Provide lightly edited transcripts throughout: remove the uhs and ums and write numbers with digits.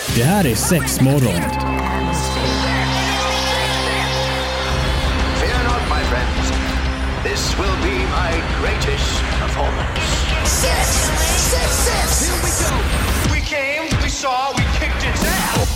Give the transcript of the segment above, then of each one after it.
Det här är Sex morgon. Fear not, my friends. This will be my greatest performance. Six! Here we go. We came, we saw, we kicked its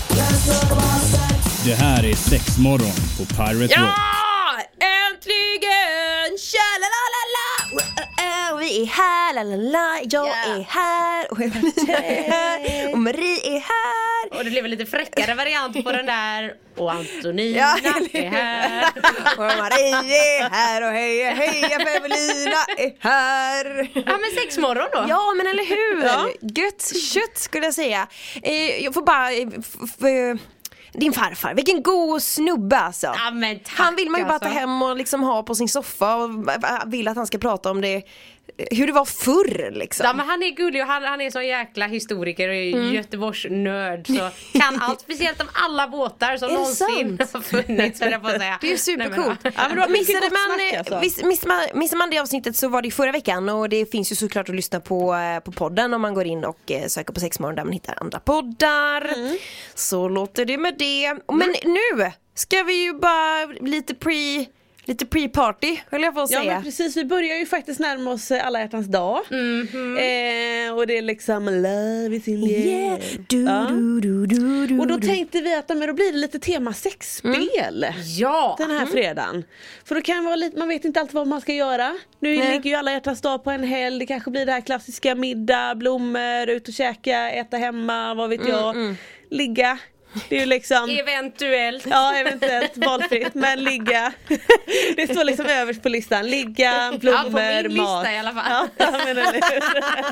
ass. Det här är Sex morgon på Pirate Rock. Äntligen! Tjalalalala! Vi är här, lalala. Jag är här och och Marie är här. Och det blev en lite fräckare variant på den där. Och Antonina är här. Och Marie är här och heja Evelina är här. Ja, men sexmorgon då. Ja, men eller hur? Ja. Gött kött skulle jag säga. Jag får bara... Din farfar, vilken god snubbe alltså. Ja, men tack, han vill man ju bara ta alltså. hem och liksom ha på sin soffa och vill att han ska prata om det, hur det var förr liksom. Ja, men han är gullig och han är sån jäkla historiker och Göteborgs nörd, så kan allt, speciellt om alla båtar som någonsin har funnits, vill jag få säga. Det är ju supercoolt. Ja, men då Missar man det avsnittet så var det förra veckan, och det finns ju såklart att lyssna på podden om man går in och söker på Sexmorgon där man hittar andra poddar. Så låter det med det. Men nu ska vi ju bara lite pre-party, höll jag på att säga. Ja, men precis, vi börjar ju faktiskt närma oss alla hjärtans dag. Och det är liksom love is in the air. Och då tänkte vi att då blir det lite tema sexspel. Ja. Den här fredagen. För då kan det vara lite, man vet inte alltid vad man ska göra. Nu ligger ju alla hjärtans dag på en helg. Det kanske blir det här klassiska middag, blommor, ut och käka, äta hemma, vad vet jag. Ligga. Det är ju liksom eventuellt. Ja, eventuellt valfritt, men ligga. Det står liksom överst på listan. Ligga, blommor, på min mat. lista i alla fall. Ja, men eller hur?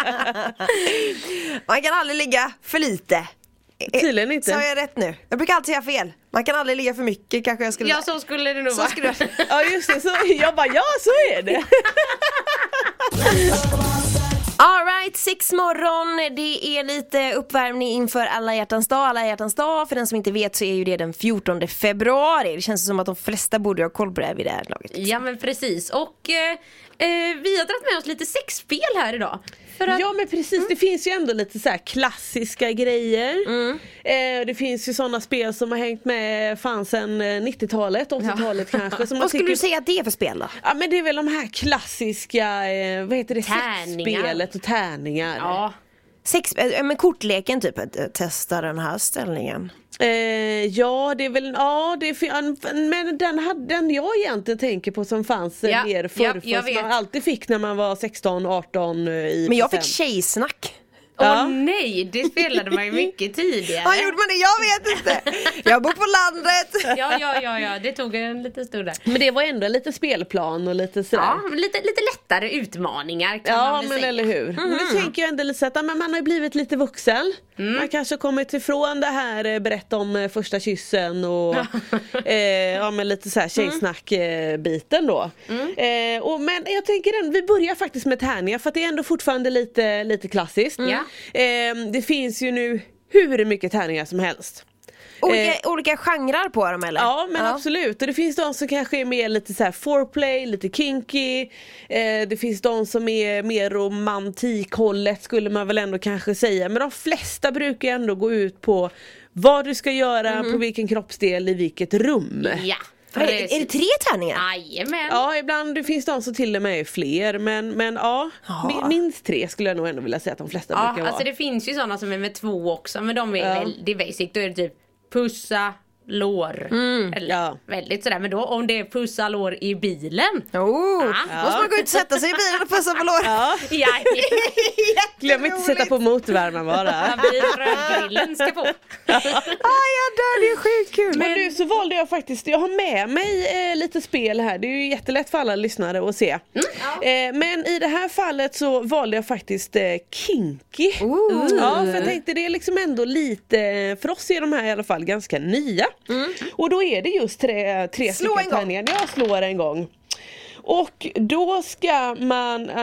Man kan aldrig ligga för lite. Tydligen inte. Sa jag rätt nu? Jag brukar alltid säga fel. Man kan aldrig ligga för mycket, kanske jag skulle. Ja, så skulle det nog vara. Ja, just det. Så jag bara, ja, så är det. Alright, sexmorgon. Det är lite uppvärmning inför alla hjärtans dag. Alla hjärtans dag, för den som inte vet så är ju det den 14 februari. Det känns som att de flesta borde ha koll på det här vid det här laget. Ja, men precis. Och vi har dragit med oss lite sexspel här idag. Ja, men precis, det finns ju ändå lite så här klassiska grejer. Det finns ju sådana spel som har hängt med fan sedan 90-talet, 80-talet kanske. Som vad skulle du säga att det är för spel då? Ja, men det är väl de här klassiska, vad heter det? Tärningar. Sexspelet och tärningar. Ja. Men kortleken typ, testa den här ställningen. Ja, det är väl, ja, men den jag egentligen tänker på som fanns mer förr, som man alltid fick när man var 16-18 i. Men jag fick tjejsnack. Åh nej, det spelade man ju mycket tidigare. Vad gjorde man det? Jag vet inte. Jag bor på landet. Ja, det tog en liten stund där. Men det var ändå lite spelplan och lite sådär. Ja, lite lättare utmaningar kan man väl säga. Eller hur. Nu tänker jag ändå lite så att man har ju blivit lite vuxen. Man kanske har kommit ifrån det här berätta om första kyssen och men lite så här tjejsnack-biten då. Men jag tänker vi börjar faktiskt med tärningar, för att det är ändå fortfarande lite klassiskt. Det finns ju nu hur mycket tärningar som helst. Olika genrer på dem, eller? Ja, men absolut. Och det finns de som kanske är mer lite så här foreplay, lite kinky. Det finns de som är mer romantikhållet, skulle man väl ändå kanske säga. Men de flesta brukar ändå gå ut på vad du ska göra, på vilken kroppsdel, i vilket rum. Ja. Är det 3 tärningar? Jajamän. Ja, ibland det finns de som till och med är fler. Men minst 3 skulle jag nog ändå vilja säga att de flesta brukar vara. Alltså det finns ju sådana som är med 2 också, men de är väldigt basic. Då är det typ pussa, lår. Eller väldigt sådär. Men då om det är pussa, lår i bilen. Måste man gå ut och sätta sig i bilen och pussa på lår? Glöm inte att sätta på motorvärmen bara. Bilgrillen ska på. Jag dör, det är sjukt kul. Men nu så valde jag faktiskt, jag har med mig lite spel här. Det är ju jättelätt för alla lyssnare att se. Men i det här fallet så valde jag faktiskt kinky. Ja, för jag tänkte det är liksom ändå lite, för oss är de här i alla fall ganska nya. Och då är det just tre stycken tärningar. Jag slår en gång. Och då ska man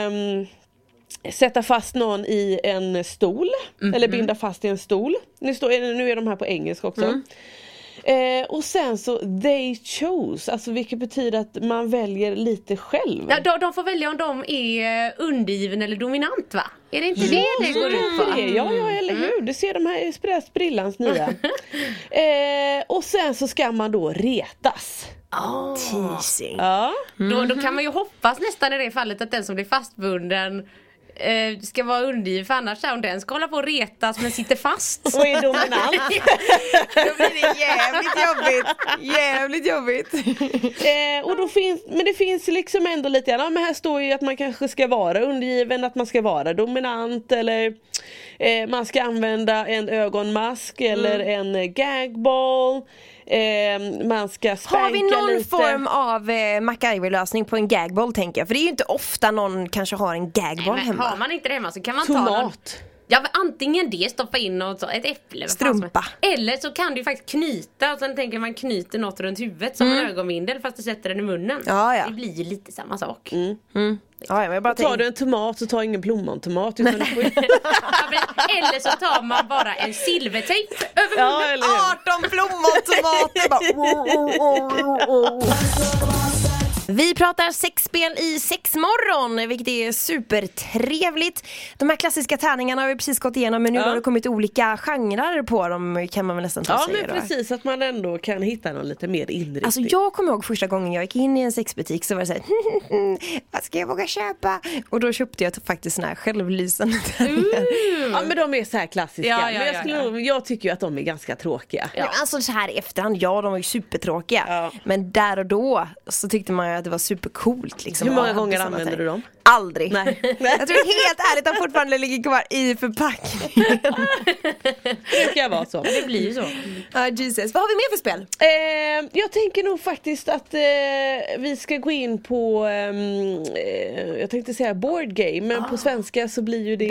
sätta fast någon i en stol. Eller binda fast i en stol. Nu är de här på engelska också. Och sen så they chose, alltså vilket betyder att man väljer lite själv. Ja, de får välja om de är undergiven eller dominant, va? Är det inte det går ut på? Ja, eller hur? Du ser de här sprillans nya. Och sen så ska man då retas. Teasing. Ja. Då kan man ju hoppas nästan i det fallet att den som blir fastbunden ska vara undergiven, för annars om den ska hålla på och retas men sitter fast och är dominant. Då blir det jävligt jobbigt. Och då men det finns liksom ändå lite grann, men här står ju att man kanske ska vara undergiven, att man ska vara dominant, eller man ska använda en ögonmask eller en gagball. Man ska spänka. Har vi någon lite form av MacGyver-lösning på en gagball, tänker jag? För det är ju inte ofta någon kanske har en gagball hemma. Har man inte det hemma så kan man tomat. ta någon. Ja, men antingen det, stoppa in något, ett äpple, strumpa. Eller så kan du ju faktiskt knyta, och sen tänker man knyter något runt huvudet som en ögonbindel, fast du sätter den i munnen. Ja. Det blir ju lite samma sak. Ja, men jag bara tar du en tomat så tar ingen plommontomat, utan du får... Eller så tar man bara en silvertejp över munnen. 18 plommontomater bara. Vi pratar sexspel i sexmorgon, vilket är supertrevligt. De här klassiska tärningarna har vi precis gått igenom, men nu har det kommit olika genrer på dem, kan man väl nästan säga. Ja, men precis, att man ändå kan hitta någon lite mer inriktning. Alltså jag kommer ihåg första gången jag gick in i en sexbutik, så var det så här, vad ska jag våga köpa? Och då köpte jag faktiskt såna här självlysande tärningar. Ja, men de är så här klassiska. Men jag tycker ju att de är ganska tråkiga. Ja, alltså så här i efterhand, de var ju supertråkiga. Ja. Men där och då så tyckte man ju att det var supercoolt liksom. Hur många gånger använder du dem? Aldrig. Nej. Jag tror helt ärligt att fortfarande ligger kvar i förpackningen. Det brukar vara så. Det blir ju så. Jesus. Vad har vi mer för spel? Jag tänker nog faktiskt att vi ska gå in på jag tänkte säga board game, men på svenska så blir ju det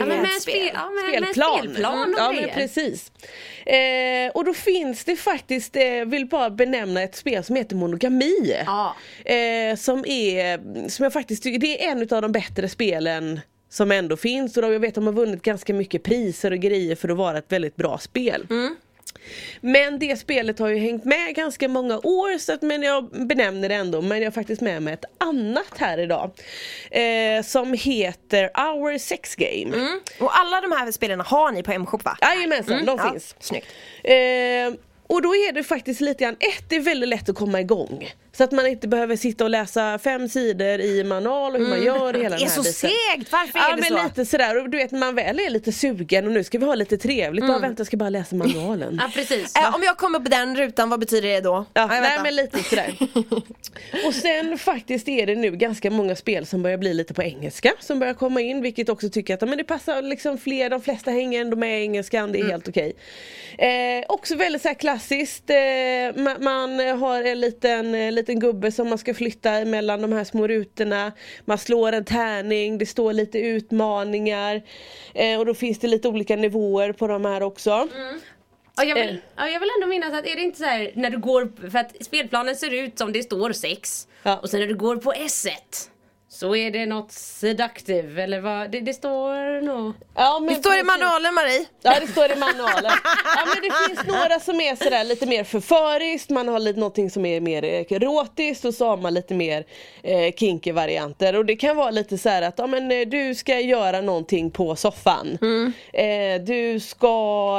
spelplan. Ja, men precis. Och då finns det faktiskt, vill bara benämna ett spel som heter Monogami. Som jag faktiskt tycker, det är en av de bättre spelen som ändå finns, och jag vet att de har vunnit ganska mycket priser och grejer för att vara ett väldigt bra spel. Men det spelet har ju hängt med ganska många år, så att, men jag benämner det ändå. Men jag har faktiskt med mig ett annat här idag som heter Our Sex Game. Och alla de här spelarna har ni på M-shop, va? Jajamensan, de finns. Snyggt. Och då är det faktiskt lite grann, det är väldigt lätt att komma igång. Så att man inte behöver sitta och läsa 5 sidor i manual och hur man gör hela den här Det är så biten. segt, varför är det så? Ja, men lite sådär, och du vet, man väl är lite sugen och nu ska vi ha lite trevligt. Vänta, jag ska bara läsa manualen. Ja, precis. Om jag kommer på den rutan, vad betyder det då? Nej, men lite sådär. Och sen faktiskt är det nu ganska många spel som börjar bli lite på engelska, som börjar komma in, vilket också tycker att men det passar liksom de flesta hänger ändå med engelskan, det är helt okej. Också väldigt så här klassiskt, man har en liten gubbe som man ska flytta mellan de här små rutorna, man slår en tärning, det står lite utmaningar, och då finns det lite olika nivåer på de här också. Ja, jag vill ändå minnas att är det inte så här när du går, för att spelplanen ser ut som det står 6 och sen när du går på S1 så är det något seductive, eller vad? Det står nog... Ja, men det står i manualen, Marie. Ja, det står i manualen. Ja, men det finns några som är sådär lite mer förföriskt. Man har lite någonting som är mer erotiskt, och så har man lite mer kinky varianter. Och det kan vara lite så här att du ska göra någonting på soffan. Du ska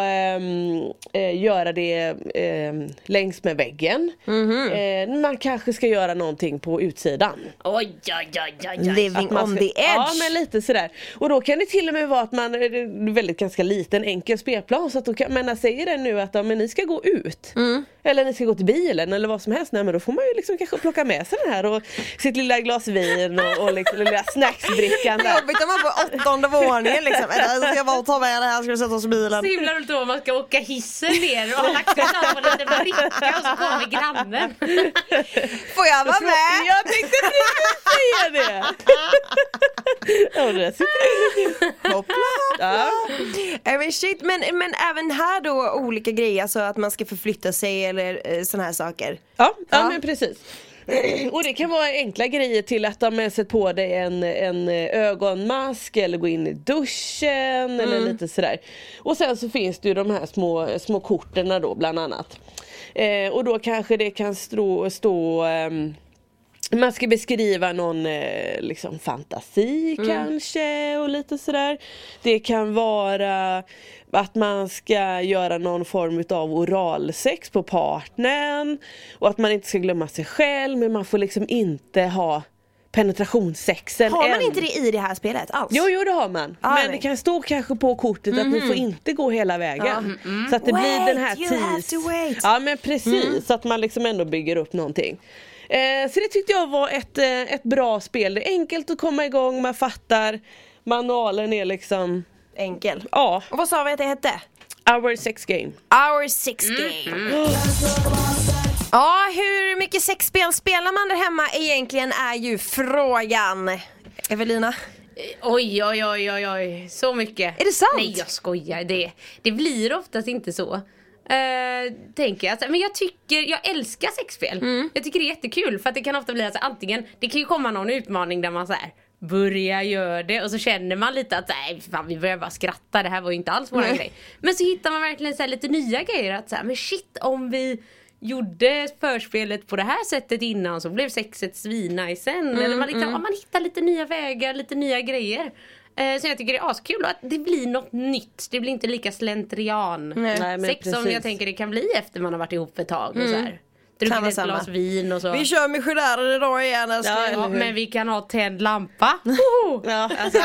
göra det längs med väggen. Man kanske ska göra någonting på utsidan. Oj. Living on the edge. Ja, men lite sådär. Och då kan det till och med vara att man är väldigt ganska liten, enkel spelplan, så att då kan man säger det nu att men ni ska gå ut. Eller ni ska gå till bilen eller vad som helst. Nej, men då får man ju liksom kanske plocka med sig den här och sitt lilla glas vin och liksom lilla snacksbrickan där. Jobbigt om man på 8:e våningen liksom. Eller ska jag bara ta med det här, ska vi sätta oss i bilen. Så himla roligt då man ska åka hissen ner och ha lagt sig på en liten bricka och så kommer grannen. Får jag vara med? Jag tänkte säga det. Ja, det sitter Hoppla. Men shit, men även här då olika grejer, alltså att man ska förflytta sig eller såna här saker. Ja, men precis. Och det kan vara enkla grejer till att de har sett på dig en ögonmask eller gå in i duschen eller lite sådär. Och sen så finns det ju de här små korten då bland annat. Och då kanske det kan stå man ska beskriva någon liksom fantasi kanske och lite sådär. Det kan vara att man ska göra någon form av oralsex på partnern och att man inte ska glömma sig själv, men man får liksom inte ha penetrationssexen. Har man inte det i det här spelet alls? Jo, det har man. Men det kan stå kanske på kortet att ni får inte gå hela vägen. Så att det blir den här Ja, men precis. Så att man liksom ändå bygger upp någonting. Så det tyckte jag var ett bra spel. Det är enkelt att komma igång, man fattar. Manualen är liksom enkel. Ja. Och vad sa vi att det hette? Our Sex Game. Our Sex Game. Ja, hur mycket sexspel spelar man där hemma egentligen är ju frågan. Evelina? Oj, så mycket. Är det sant? Nej, jag skojar. Det blir oftast inte så. Tänker jag. Men jag älskar sexspel. Jag tycker det är jättekul, för att det kan ofta bli alltså, antingen, det kan ju komma någon utmaning där man så här börja göra det och så känner man lite att nej, fan, vi börjar bara skratta, det här var ju inte alls våran grej. Men så hittar man verkligen så här lite nya grejer att så här, men shit, om vi gjorde förspelet på det här sättet innan så blev sexet svinnice sen. Eller man hittar lite nya vägar, lite nya grejer. Så jag tycker det är askul att det blir något nytt. Det blir inte lika slentrian. Nej, sex som jag tänker det kan bli efter man har varit ihop ett tag och så här. Druckit ett glas vin och så. Vi kör med missionärer idag igen. Ja, men vi kan ha tänd lampa. Ja. Alltså.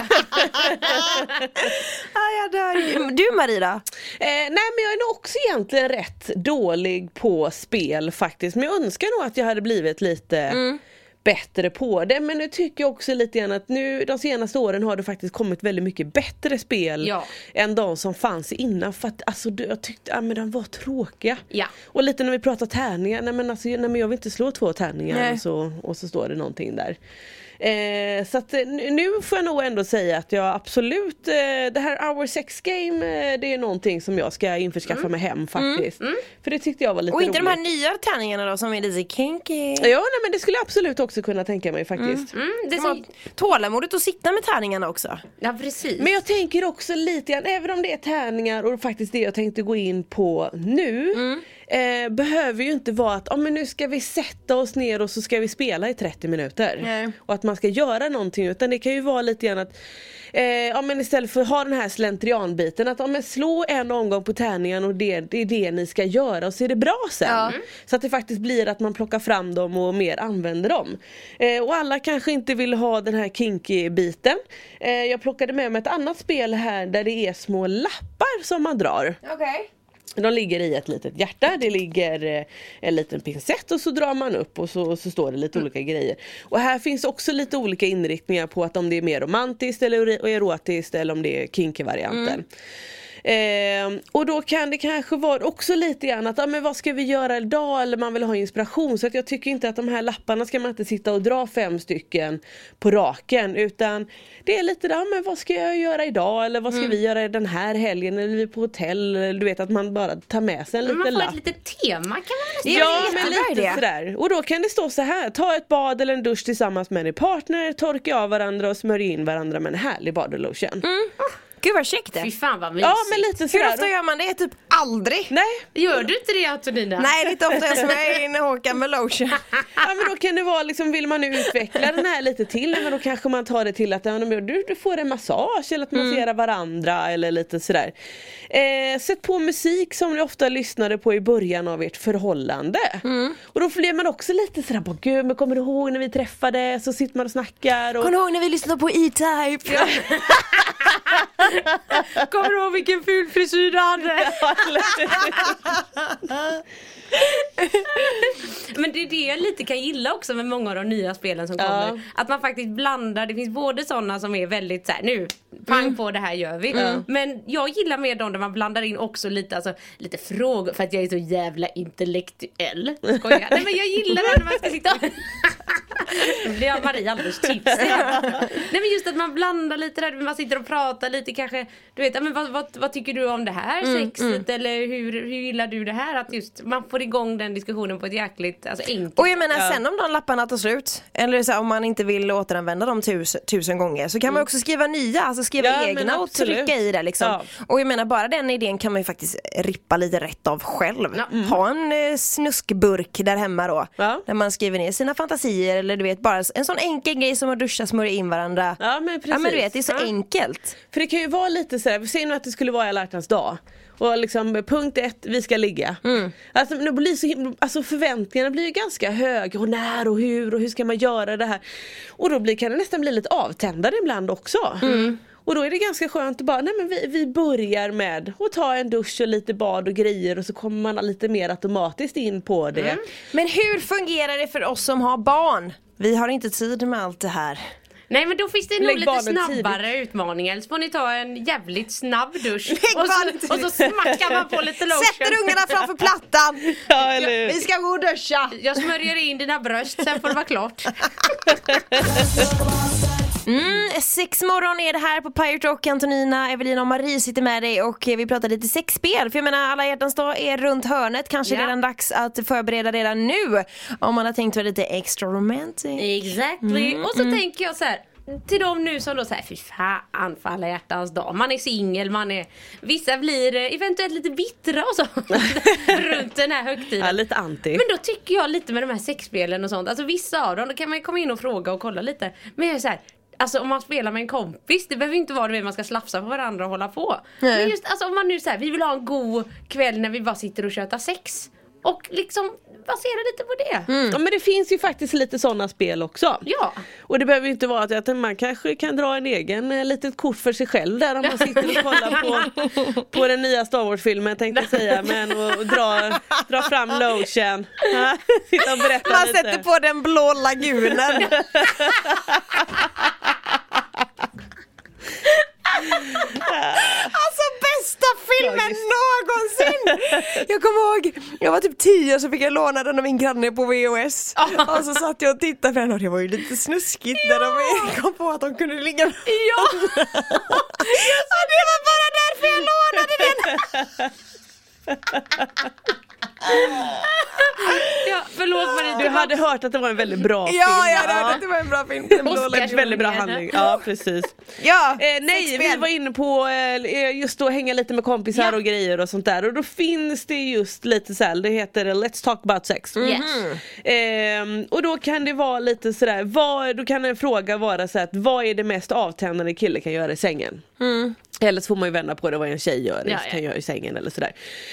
Jag dör. Du Maria? Nej, men jag är nog också egentligen rätt dålig på spel faktiskt. Men jag önskar nog att jag hade blivit lite bättre på det. Men nu tycker jag också lite grann att nu de senaste åren har det faktiskt kommit väldigt mycket bättre spel än de som fanns innan. För att alltså, jag tyckte men de var tråkiga. Ja. Och lite när vi pratar tärningar. Nej, men jag vill inte slå 2 tärningar och så står det någonting där. Så att nu får jag nog ändå säga att jag absolut det här Our Sex Game det är någonting som jag ska införskaffa mig hem faktiskt. För det tyckte jag var lite roligt. Och inte de här nya tärningarna då som är lite kinky. Ja, nej, men det skulle jag absolut också kunna tänka mig faktiskt. Det är så tålamodet att sitta med tärningarna också. Ja, precis. Men jag tänker också lite grann, även om det är tärningar och faktiskt det jag tänkte gå in på nu behöver ju inte vara att men nu ska vi sätta oss ner och så ska vi spela i 30 minuter. Och att man ska göra någonting, utan det kan ju vara lite grann att men istället för att ha den här slentrianbiten att slå en omgång på tärningen och det är det ni ska göra och så är det bra sen. Så att det faktiskt blir att man plockar fram dem och mer använder dem. Och alla kanske inte vill ha den här kinky biten. Jag plockade med mig ett annat spel här där det är små lappar som man drar. Okej. De ligger i ett litet hjärta, det ligger en liten pincett och så drar man upp och så står det lite olika grejer. Och här finns också lite olika inriktningar på att om det är mer romantiskt eller erotiskt eller om det är kinky-varianten. Och då kan det kanske vara också lite grann att men vad ska vi göra idag, eller man vill ha inspiration. Så att jag tycker inte att de här lapparna ska man inte sitta och dra 5 stycken på raken, utan det är lite där, men vad ska jag göra idag, eller vad ska vi göra den här helgen, eller vi på hotell, eller du vet att man bara tar med sig en liten lapp. Man får ett litet tema kan man nästan. Ja, men lite sådär. Och då kan det stå så här: ta ett bad eller en dusch tillsammans med en partner, torka av varandra och smörja in varandra med en härlig bodylotion. Gud vad käckt det. Fy fan vad mysigt. Ja, men lite sådär. Hur ofta gör man det? Typ aldrig. Nej. Gör du inte det, Antonina? Nej, det är inte ofta jag smörjer in Håkan med lotion. Ja, men då kan det vara liksom, vill man nu utveckla den här lite till, men då kanske man tar det till att du får en massage eller att massera varandra eller lite sådär. Sätt på musik som ni ofta lyssnade på i början av ert förhållande. Och då blir man också lite sådär, gud, men kommer du ihåg när vi träffade, så sitter man och snackar och... Kommer du ihåg när vi lyssnade på E-Type? Ja. Kommer du ihåg vilken ful frisyr du hade? Men det är det jag lite kan gilla också med många av de nya spelen som kommer. Att man faktiskt blandar, det finns både sådana som är väldigt så här, nu, pang på det här gör vi. Men jag gillar mer de där man blandar in också lite, alltså, lite frågor, för att jag är så jävla intellektuell. Skojar. Nej, men jag gillar det när man ska sitta Det blir Marie alldeles tipsig. Nej, men just att man blandar lite där, man sitter och pratar lite kanske, du vet, men vad tycker du om det här sexet eller hur gillar du det här, att just man får igång den diskussionen på ett jäkligt enkelt. Och jag menar sen om de lapparna tar slut, eller så, om man inte vill återanvända dem 1000 gånger, så kan man också skriva nya, alltså skriva egna och trycka i det liksom. Ja. Och jag menar bara den idén kan man ju faktiskt rippa lite rätt av själv. Ha en snuskburk där hemma då, där man skriver ner sina fantasier, eller du vet, bara en sån enkel grej som att duscha, smörja in varandra. Ja, men precis. Ja, men du vet, det är så enkelt. För det kan ju vara lite sådär, säg nu att det skulle vara alla hjärtans dag. Och liksom punkt 1, vi ska ligga. Alltså, det blir så, förväntningarna blir ju ganska höga. Och när och hur ska man göra det här? Och då kan det nästan bli lite avtändande ibland också. Och då är det ganska skönt att bara, nej men vi börjar med att ta en dusch och lite bad och grejer, och så kommer man lite mer automatiskt in på det. Men hur fungerar det för oss som har barn? Vi har inte tid med allt det här. Nej, men då finns det nog lite snabbare utmaningar. Eller så får ni ta en jävligt snabb dusch. Och så smackar man på lite lotion. Sätter ungarna framför plattan. Ja, eller... Vi ska gå och duscha. Jag smörjer in dina bröst, sen får det vara klart. 6 morgon är det här på Pirate Rock. Antonina, Evelina och Marie sitter med dig och vi pratar lite sexspel. För jag menar, alla hjärtans dag är runt hörnet. Kanske redan dags att förbereda redan nu, om man har tänkt vara lite extra romantic. Exactly. Och så tänker jag så här, till dem nu som då säger, fy fan för alla hjärtans dag. Man är singel, vissa blir eventuellt lite bittra och så runt den här högtiden. Ja, lite anti. Men då tycker jag lite med de här sexspelen och sånt, alltså vissa av dem, då kan man komma in och fråga och kolla lite. Men jag är så här, alltså om man spelar med en kompis, det behöver inte vara det, man ska slafsa på varandra och hålla på. Men just, alltså om man nu så här, vi vill ha en god kväll när vi bara sitter och köter sex. Och liksom basera lite på det. Ja, men det finns ju faktiskt lite sådana spel också. Ja. Och det behöver ju inte vara att man kanske kan dra en egen litet kort för sig själv där, om man sitter och kollar på den nya Star Wars-filmen, tänkte jag säga, men och dra fram lotion. Sitta och berätta man lite. Sätter på den blå lagunen. Alltså bästa filmen någonsin. Jag kommer ihåg, jag var typ 10 så fick jag låna den av min granne på VHS. Och så satt jag och tittade på den, och det var ju lite snuskigt när de kom på att de kunde ligga med. Ja. Och det var bara därför jag lånade den. Ja, förlåt Marie. Du hade hört att det var en väldigt bra film. Ja, jag hade hört att det var en bra film. En väldigt bra handling. Ja, precis. Ja, nej, vi var inne på just då hänga lite med kompisar och grejer och sånt där. Och då finns det just lite så här, det heter Let's Talk About Sex. Och då kan det vara lite sådär, då kan en fråga vara så att vad är det mest avtändande kille kan göra i sängen? Eller så får man ju vända på det, vad en tjej gör kan göra i sängen eller sådär.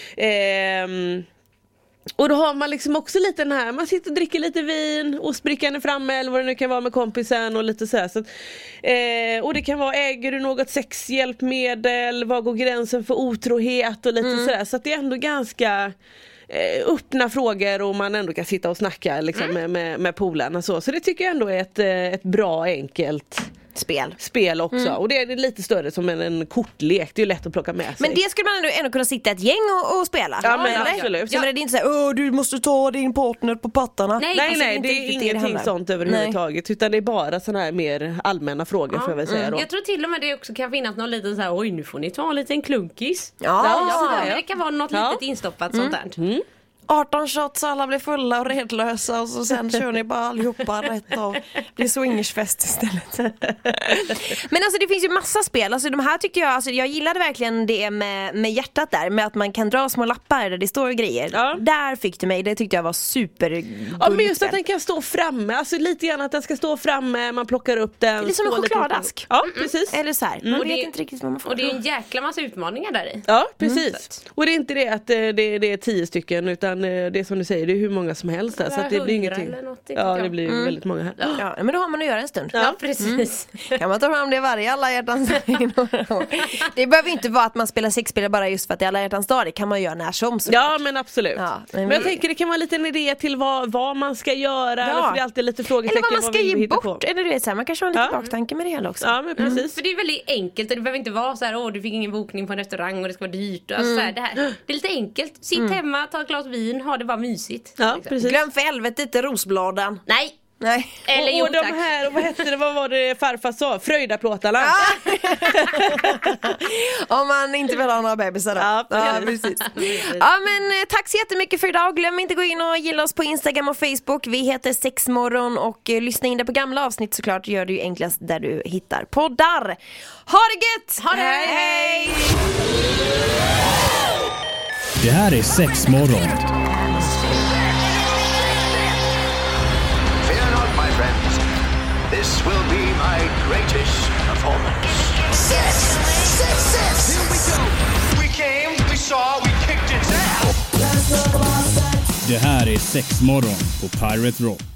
Och då har man liksom också lite den här, man sitter och dricker lite vin, ostbrickan är framme eller vad det nu kan vara med kompisen och lite så här. Så, och det kan vara, äger du något sexhjälpmedel, vad går gränsen för otrohet och lite sådär. Så att det är ändå ganska öppna frågor, och man ändå kan sitta och snacka liksom, med polarna så det tycker jag ändå är ett bra, enkelt spel också. Och det är lite större som en kortlek. Det är ju lätt att plocka med sig. Men det skulle man ändå kunna sitta ett gäng och spela. Ja, men absolut. Så men det är inte så här, du måste ta din partner på pattarna. Nej, det är ingenting sånt överhuvudtaget. Utan det är bara såna här mer allmänna frågor får jag väl säga då. Jag tror till och med det också kan finnas någon liten så här, oj nu får ni ta en liten klunkis. Det kan vara något litet instoppat sånt där. 18 shots, alla blir fulla och redlösa, och så sen kör ni bara allihopa rätt av. Det är swingersfest istället. Men alltså det finns ju massa spel. Alltså de här tyckte jag, alltså jag gillade verkligen det med hjärtat där, med att man kan dra små lappar där det står grejer. Där fick du mig, det tyckte jag var super. Ja, men just att den kan stå framme, alltså lite grann att den ska stå framme, man plockar upp den. Det är som en chokladask. Ja, precis. Eller så här. Man vet inte riktigt vad man får. Och det är en jäkla massa utmaningar där i. Ja, precis. Och det är inte det att det är 10 stycken, utan det är som du säger, det är hur många som helst där, så att det blir ingenting. Ja, det blir väldigt många här. Ja, men då har man att göra en stund. Ja, precis. Kan man ta fram det varje alla hjärtans dag i några år. Det behöver inte vara att man spelar sexspel bara just för att det är alla hjärtans dag. Det kan man göra när som. Ja, men absolut. Ja, men jag tänker det kan vara en liten idé till vad man ska göra. För det är alltid lite frågetecken. Eller vad man ska ge bort. På. Eller du vet, så här, man kanske har en liten baktanke med det hela också. Ja, men precis. För det är väldigt enkelt. Och det behöver inte vara så här, du fick ingen bokning på en restaurang och det ska vara dyrt. Alltså, så här, det är lite enkelt. Sitt hemma, ta ett glas vin, ha det bara mysigt. Ja, precis. Glöm för helvete inte rosbladen. Nej. Nej. Eller och de här, vad hette det, vad var det farfar sa? Fröjdaplåtarna. Om man inte vill ha några bebisar då. Ja, precis. Ja, men tack så jättemycket för idag. Glöm inte gå in och gilla oss på Instagram och Facebook. Vi heter Sexmorgon och lyssna in det på gamla avsnitt såklart. Gör det ju enklast där du hittar poddar. Ha det gött! Ha det! Hej! Det här är Sexmorgon. Fear not, my friends. This will be my greatest performance. Six. Here we go. We came, we saw, we kicked its ass. Det här är Sexmorgon på Pirate Rock.